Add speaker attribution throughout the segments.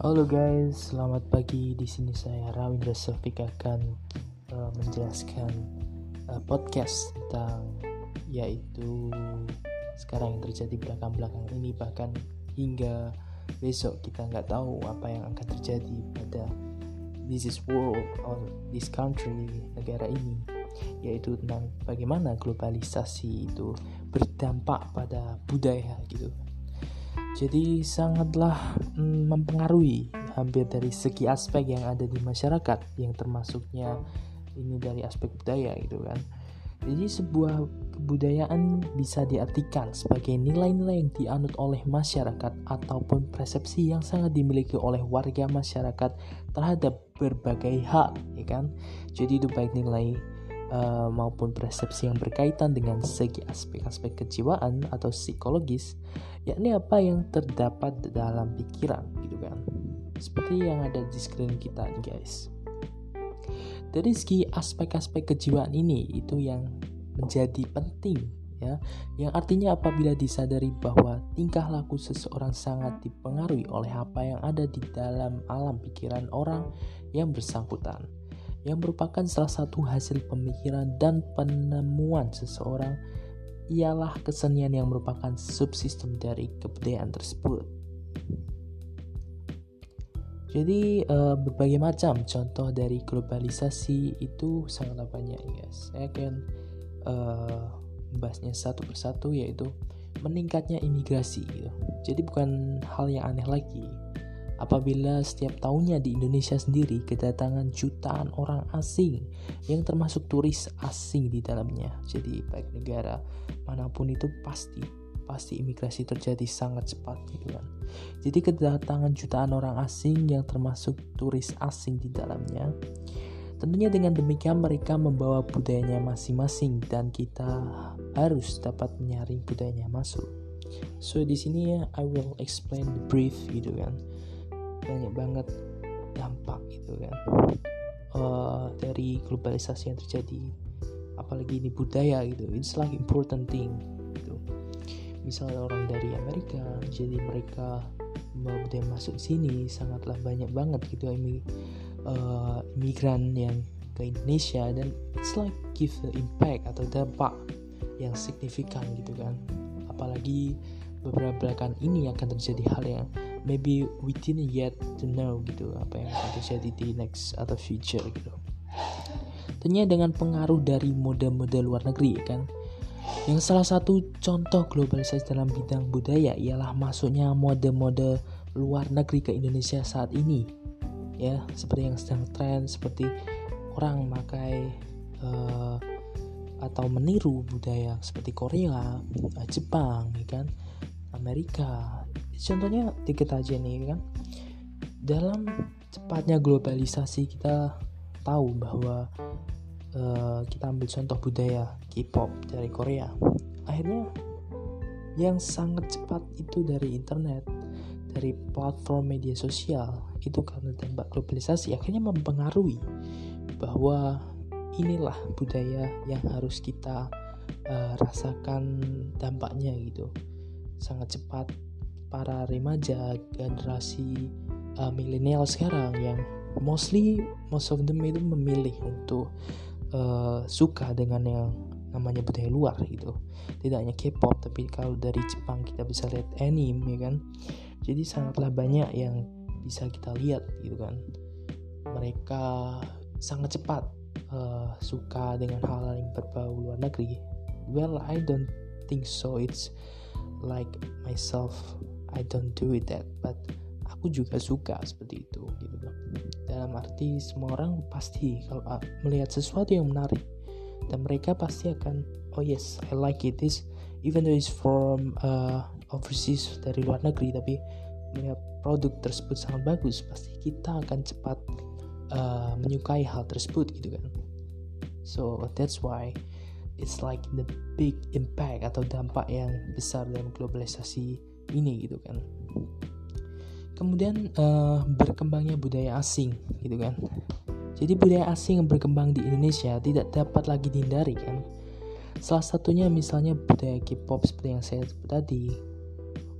Speaker 1: Halo guys, selamat pagi. Di sini saya Rawindra Sofik akan menjelaskan podcast tentang yaitu sekarang yang terjadi belakang-belakang ini, bahkan hingga besok kita nggak tahu apa yang akan terjadi pada this world or this country, negara ini, yaitu tentang bagaimana globalisasi itu berdampak pada budaya gitu. Jadi sangatlah mempengaruhi hampir dari segi aspek yang ada di masyarakat, yang termasuknya ini dari aspek budaya gitu kan. Jadi sebuah kebudayaan bisa diartikan sebagai nilai-nilai yang dianut oleh masyarakat ataupun persepsi yang sangat dimiliki oleh warga masyarakat terhadap berbagai hal, ya kan. Jadi itu baik nilai maupun persepsi yang berkaitan dengan segi aspek-aspek kejiwaan atau psikologis, yakni apa yang terdapat dalam pikiran gitu kan, seperti yang ada di screen kita nih guys. Dari segi aspek-aspek kejiwaan ini itu yang menjadi penting ya, yang artinya apabila disadari bahwa tingkah laku seseorang sangat dipengaruhi oleh apa yang ada di dalam alam pikiran orang yang bersangkutan, yang merupakan salah satu hasil pemikiran dan penemuan seseorang, ialah kesenian yang merupakan subsistem dari kebudayaan tersebut. Jadi berbagai macam contoh dari globalisasi itu sangatlah banyak guys. Saya akan membahasnya satu persatu, yaitu meningkatnya imigrasi gitu. Jadi bukan hal yang aneh lagi apabila setiap tahunnya di Indonesia sendiri kedatangan jutaan orang asing yang termasuk turis asing di dalamnya. Jadi baik negara manapun itu pasti imigrasi terjadi sangat cepat gitu kan. Jadi kedatangan jutaan orang asing yang termasuk turis asing di dalamnya, tentunya dengan demikian mereka membawa budayanya masing-masing dan kita harus dapat menyaring budayanya masuk. So di sini I will explain the brief gitu kan. Banyak banget dampak gitu kan dari globalisasi yang terjadi, apalagi ini budaya gitu. It's like important thing gitu. Misalnya orang dari Amerika, jadi mereka membawa budaya masuk sini, sangatlah banyak banget gitu imigran yang ke Indonesia, dan it's like give the impact atau dampak yang signifikan gitu kan. Apalagi beberapa belakangan ini akan terjadi hal yang maybe we didn't yet to know gitu, apa yang akan terjadi di next atau future gitu. Tentunya dengan pengaruh dari mode-mode luar negeri kan. Yang salah satu contoh globalisasi dalam bidang budaya ialah masuknya mode-mode luar negeri ke Indonesia saat ini. Ya, seperti yang sedang tren, seperti orang memakai atau meniru budaya seperti Korea, Jepang, ya kan, Amerika. Contohnya dikit aja nih kan. Dalam cepatnya globalisasi kita tahu bahwa kita ambil contoh budaya K-pop dari Korea. Akhirnya yang sangat cepat itu dari internet, dari platform media sosial, itu karena dampak globalisasi akhirnya mempengaruhi bahwa inilah budaya yang harus kita rasakan dampaknya gitu. Sangat cepat para remaja generasi milenial sekarang yang most of them itu memilih untuk suka dengan yang namanya budaya luar gitu. Tidak hanya K-pop, tapi kalau dari Jepang kita bisa lihat anime ya kan. Jadi sangatlah banyak yang bisa kita lihat gitu kan. Mereka sangat cepat suka dengan hal yang berbau luar negeri. Well, I don't think so. It's like myself, I don't do it that, but aku juga suka seperti itu gitu kan. Dalam arti semua orang pasti kalau melihat sesuatu yang menarik, dan mereka pasti akan oh yes I like it, this even though it's from overseas, dari luar negeri, tapi melihat produk tersebut sangat bagus, pasti kita akan cepat menyukai hal tersebut gitu kan. So that's why it's like the big impact atau dampak yang besar dalam globalisasi ini gitu kan. Kemudian berkembangnya budaya asing gitu kan. Jadi budaya asing yang berkembang di Indonesia tidak dapat lagi dihindari kan. Salah satunya misalnya budaya K-pop seperti yang saya sebut tadi.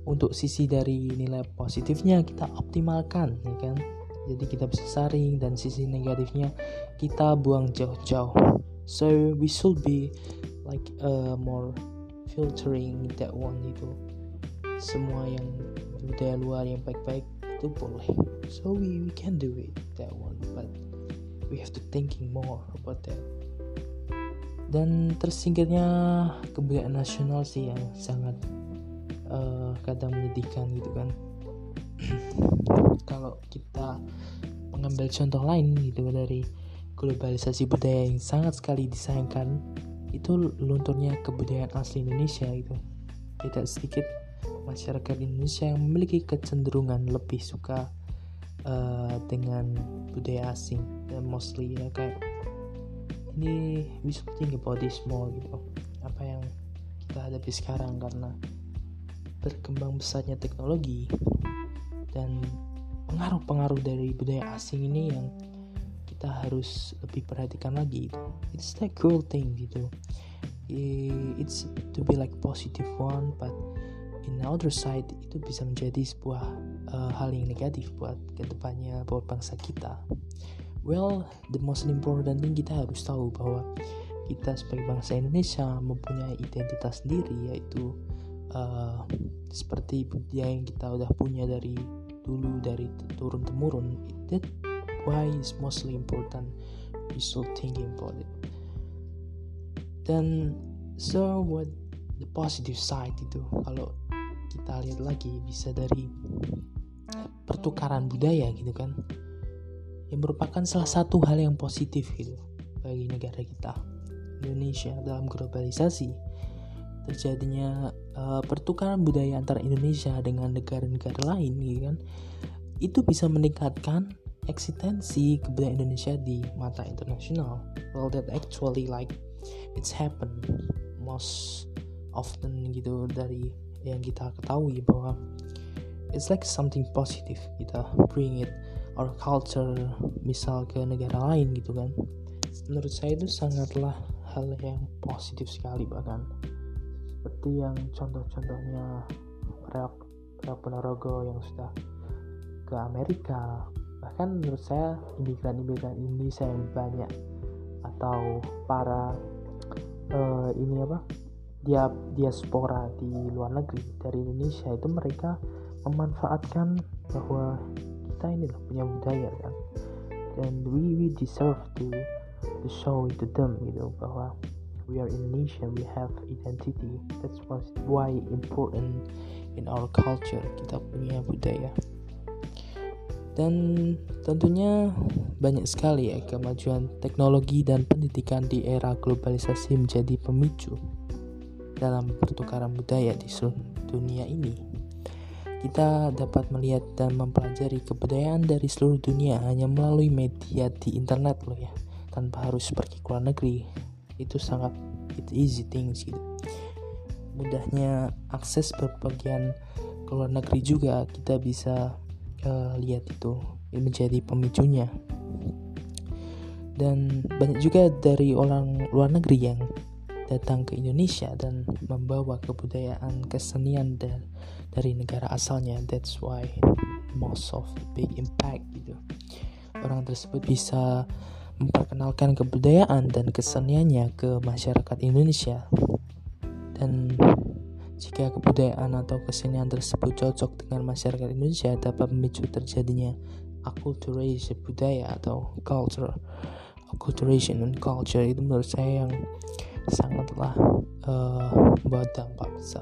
Speaker 1: untuk sisi dari nilai positifnya kita optimalkan, ya kan? Jadi kita bisa saring, dan sisi negatifnya kita buang jauh-jauh. So we should be like more filtering that one itu. Semua yang budaya luar yang baik-baik itu boleh. So we can do it that one, but we have to thinking more about that. Dan tersingkirnya kebudayaan nasional sih yang sangat kadang menyedihkan gitu kan. Kalau kita mengambil contoh lain gitu dari globalisasi budaya yang sangat sekali disayangkan, itu lunturnya kebudayaan asli Indonesia itu. Tidak sedikit masyarakat Indonesia yang memiliki kecenderungan lebih suka dengan budaya asing, dan mostly ya kayak ini we should think about this more gitu. Apa yang kita hadapi sekarang karena berkembang besarnya teknologi dan pengaruh-pengaruh dari budaya asing ini yang kita harus lebih perhatikan lagi gitu. It's a cool thing gitu. It's to be like positive one, but in the other side itu bisa menjadi sebuah hal yang negatif buat kedepannya buat bangsa kita. Well, the most important thing kita harus tahu bahwa kita sebagai bangsa Indonesia mempunyai identitas sendiri, yaitu seperti budaya yang kita udah punya dari dulu, dari turun temurun. That why is mostly important. We should thinking about it. Dan so what the positive side itu, kalau kita lihat lagi bisa dari pertukaran budaya gitu kan, yang merupakan salah satu hal yang positif gitu bagi negara kita Indonesia dalam globalisasi. Terjadinya pertukaran budaya antara Indonesia dengan negara-negara lain gitu kan, itu bisa meningkatkan eksistensi kebudayaan Indonesia di mata internasional. Well, that actually like it's happen most often gitu dari yang kita ketahui, bahwa it's like something positive, kita bring it our culture misal ke negara lain gitu kan. Menurut saya itu sangatlah hal yang positif sekali, bahkan seperti yang contoh-contohnya Reok Ponorogo yang sudah ke Amerika. Bahkan menurut saya imigran-imigran Indonesia yang banyak, atau para diaspora di luar negeri dari Indonesia, itu mereka memanfaatkan bahwa kita ini loh punya budaya kan, dan we deserve to show it to them gitu, bahwa we are Indonesian, we have identity. That's why important in our culture, kita punya budaya. Dan tentunya banyak sekali ya kemajuan teknologi dan pendidikan di era globalisasi menjadi pemicu dalam pertukaran budaya di seluruh dunia ini. Kita dapat melihat dan mempelajari kebudayaan dari seluruh dunia hanya melalui media di internet loh ya, tanpa harus pergi ke luar negeri. Itu sangat easy things gitu. Mudahnya akses berpergian ke luar negeri juga kita bisa lihat itu menjadi pemicunya. Dan banyak juga dari orang luar negeri yang datang ke Indonesia dan membawa kebudayaan kesenian dari negara asalnya. That's why most of the big impact gitu. Orang tersebut bisa memperkenalkan kebudayaan dan keseniannya ke masyarakat Indonesia. Dan jika kebudayaan atau kesenian tersebut cocok dengan masyarakat Indonesia, dapat memicu terjadinya acculturation budaya atau acculturation and culture. Itu menurut saya yang sangatlah membawa dampak besar.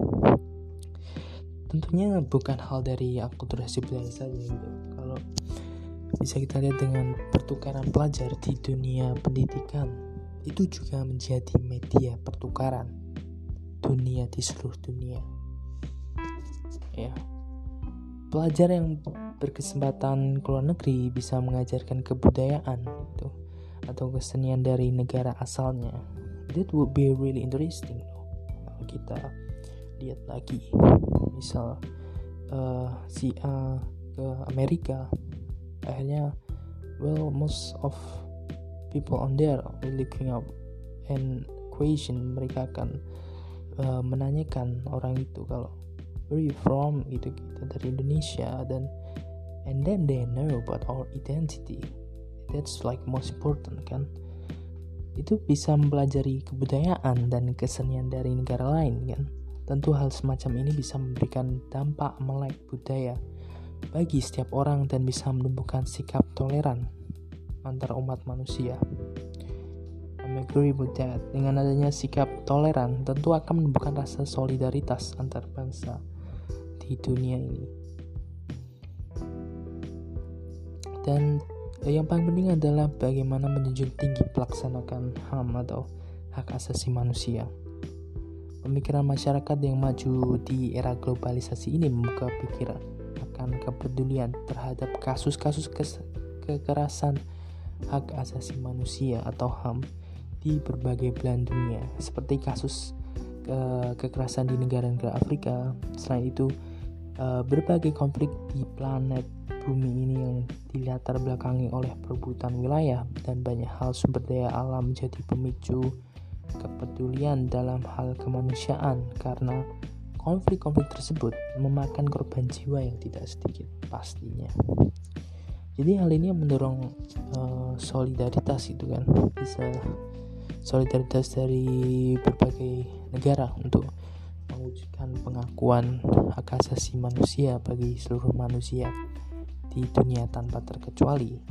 Speaker 1: Tentunya bukan hal dari akulturasi budaya saja gitu. Kalau bisa kita lihat dengan pertukaran pelajar di dunia pendidikan, itu juga menjadi media pertukaran dunia di seluruh dunia. Ya, pelajar yang berkesempatan ke luar negeri bisa mengajarkan kebudayaan itu atau kesenian dari negara asalnya. That would be really interesting loh. Kalau kita lihat lagi, misal si A ke Amerika, akhirnya most of people on there are looking up an question, mereka akan menanyakan orang itu kalau where you from gitu, kita dari Indonesia, and then they know about our identity. That's like most important kan. Itu bisa mempelajari kebudayaan dan kesenian dari negara lain kan. Tentu hal semacam ini bisa memberikan dampak melek budaya bagi setiap orang dan bisa menumbuhkan sikap toleran antar umat manusia. I agree with that. Dengan adanya sikap toleran tentu akan menumbuhkan rasa solidaritas antar bangsa di dunia ini. Dan yang paling penting adalah bagaimana menjunjung tinggi pelaksanakan HAM atau hak asasi manusia. Pemikiran masyarakat yang maju di era globalisasi ini membuka pikiran akan kepedulian terhadap kasus-kasus kekerasan hak asasi manusia atau HAM di berbagai belahan dunia, seperti kasus kekerasan di negara-negara Afrika. Selain itu, berbagai konflik di planet bumi ini yang dilatar belakangi oleh perebutan wilayah dan banyak hal sumber daya alam menjadi pemicu kepedulian dalam hal kemanusiaan, karena konflik-konflik tersebut memakan korban jiwa yang tidak sedikit pastinya. Jadi hal ini mendorong solidaritas itu kan, bisa solidaritas dari berbagai negara untuk mewujudkan pengakuan hak asasi manusia bagi seluruh manusia di dunia tanpa terkecuali,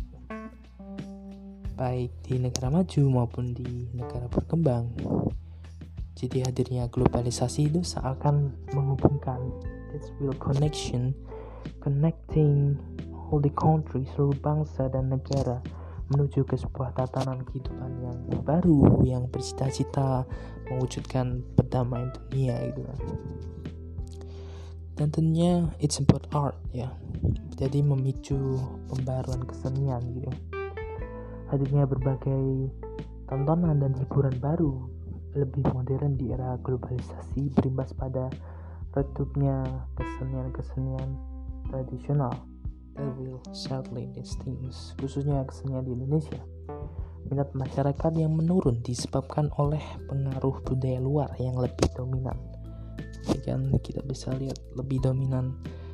Speaker 1: baik di negara maju maupun di negara berkembang. Jadi hadirnya globalisasi itu seakan menghubungkan this real connection, connecting all the countries, seluruh bangsa dan negara menuju ke sebuah tatanan kehidupan yang baru, yang bercita-cita mewujudkan perdamaian dunia gitu kan. Dan tentunya it's about art ya. Jadi memicu pembaruan kesenian gitu. Hadirnya berbagai tontonan dan hiburan baru lebih modern di era globalisasi berimbas pada redupnya kesenian-kesenian tradisional that will sadly distinguish, khususnya kesenian di Indonesia. Minat masyarakat yang menurun disebabkan oleh pengaruh budaya luar yang lebih dominan. Kan kita bisa lihat lebih dominan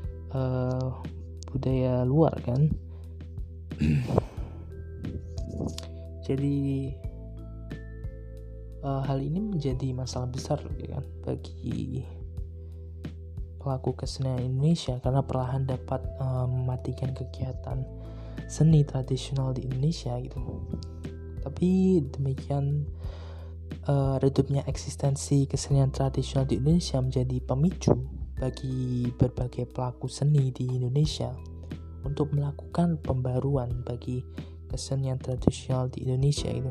Speaker 1: budaya luar kan. Jadi hal ini menjadi masalah besar kan bagi pelaku kesenian Indonesia, karena perlahan dapat mematikan kegiatan seni tradisional di Indonesia gitu. Tapi demikian redupnya eksistensi kesenian tradisional di Indonesia menjadi pemicu bagi berbagai pelaku seni di Indonesia untuk melakukan pembaruan bagi kesenian tradisional di Indonesia itu.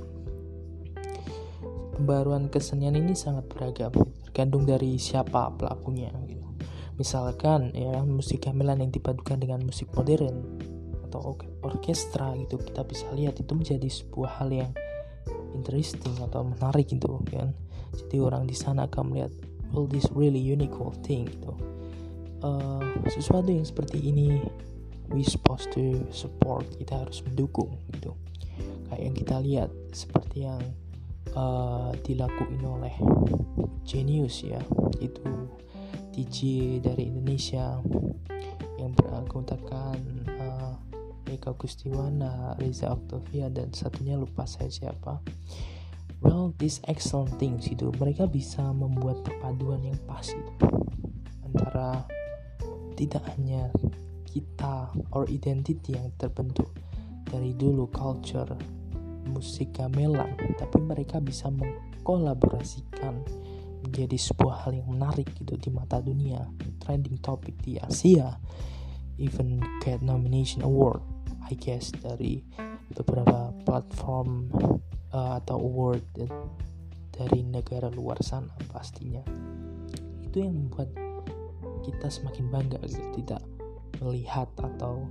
Speaker 1: Pembaruan kesenian ini sangat beragam, tergantung dari siapa pelakunya gitu. Misalkan ya musik gamelan yang dipadukan dengan musik modern atau orkestra gitu, kita bisa lihat itu menjadi sebuah hal yang interesting atau menarik gitu kan. Jadi orang di sana akan melihat all this really unique thing gitu. Sesuatu yang seperti ini we supposed to support, kita harus mendukung gitu. Kayak yang kita lihat seperti yang dilakuin oleh Genius ya, itu DJ dari Indonesia yang beranggotakan Eka Gustiwana, Reza Octavia, dan satunya lupa saya siapa. Well, these excellent things itu, mereka bisa membuat perpaduan yang pas gitu antara tidak hanya kita or identity yang terbentuk dari dulu culture musik gamelan, tapi mereka bisa mengkolaborasikan menjadi sebuah hal yang menarik gitu di mata dunia, trending topic di Asia, even get nomination award I guess dari beberapa platform atau award dari negara luar sana pastinya. Itu yang membuat kita semakin bangga gitu, tidak melihat atau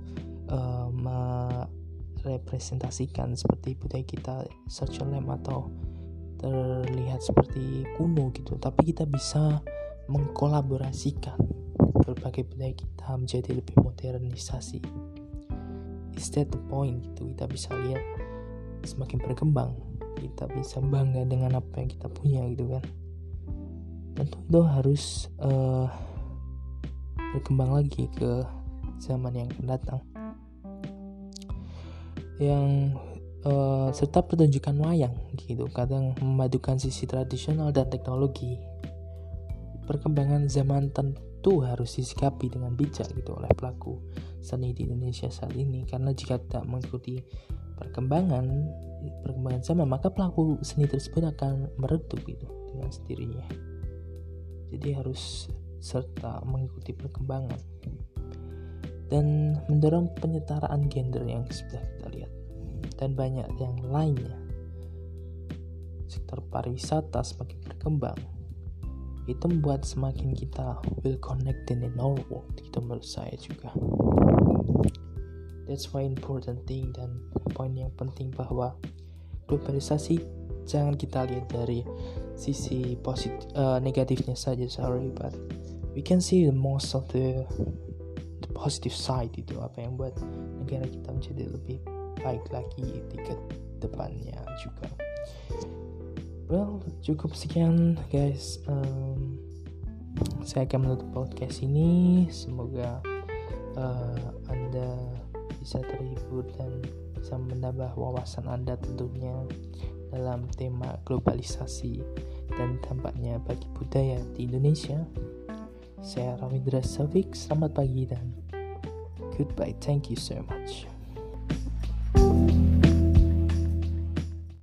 Speaker 1: merepresentasikan seperti budaya kita such a lame atau terlihat seperti kuno gitu, tapi kita bisa mengkolaborasikan berbagai budaya kita menjadi lebih modernisasi. Is that the point gitu, kita bisa lihat semakin berkembang, kita bisa bangga dengan apa yang kita punya gitu kan. Tentu itu harus berkembang lagi ke zaman yang akan datang. Yang serta pertunjukan wayang gitu, kadang memadukan sisi tradisional dan teknologi. Perkembangan zaman tentu harus disikapi dengan bijak gitu oleh pelaku seni di Indonesia saat ini, karena jika tidak mengikuti perkembangan zaman, maka pelaku seni tersebut akan meredup gitu dengan sendirinya. Jadi harus serta mengikuti perkembangan dan mendorong penyetaraan gender yang sudah kita lihat, dan banyak yang lainnya. Sektor pariwisata semakin berkembang, itu membuat semakin kita will connected in our world, itu menurut saya juga. That's why important thing, dan poin yang penting bahwa globalisasi jangan kita lihat dari sisi negatifnya saja, but we can see the most of the positive side, itu apa yang buat negara kita menjadi lebih baik lagi di ke depannya juga. Well, cukup sekian guys. Saya akan menutup podcast ini. Semoga Anda bisa terhibur dan bisa menambah wawasan Anda tentunya dalam tema globalisasi dan dampaknya bagi budaya di Indonesia. Saya Rawindra Savik, selamat pagi dan goodbye. Thank you so much.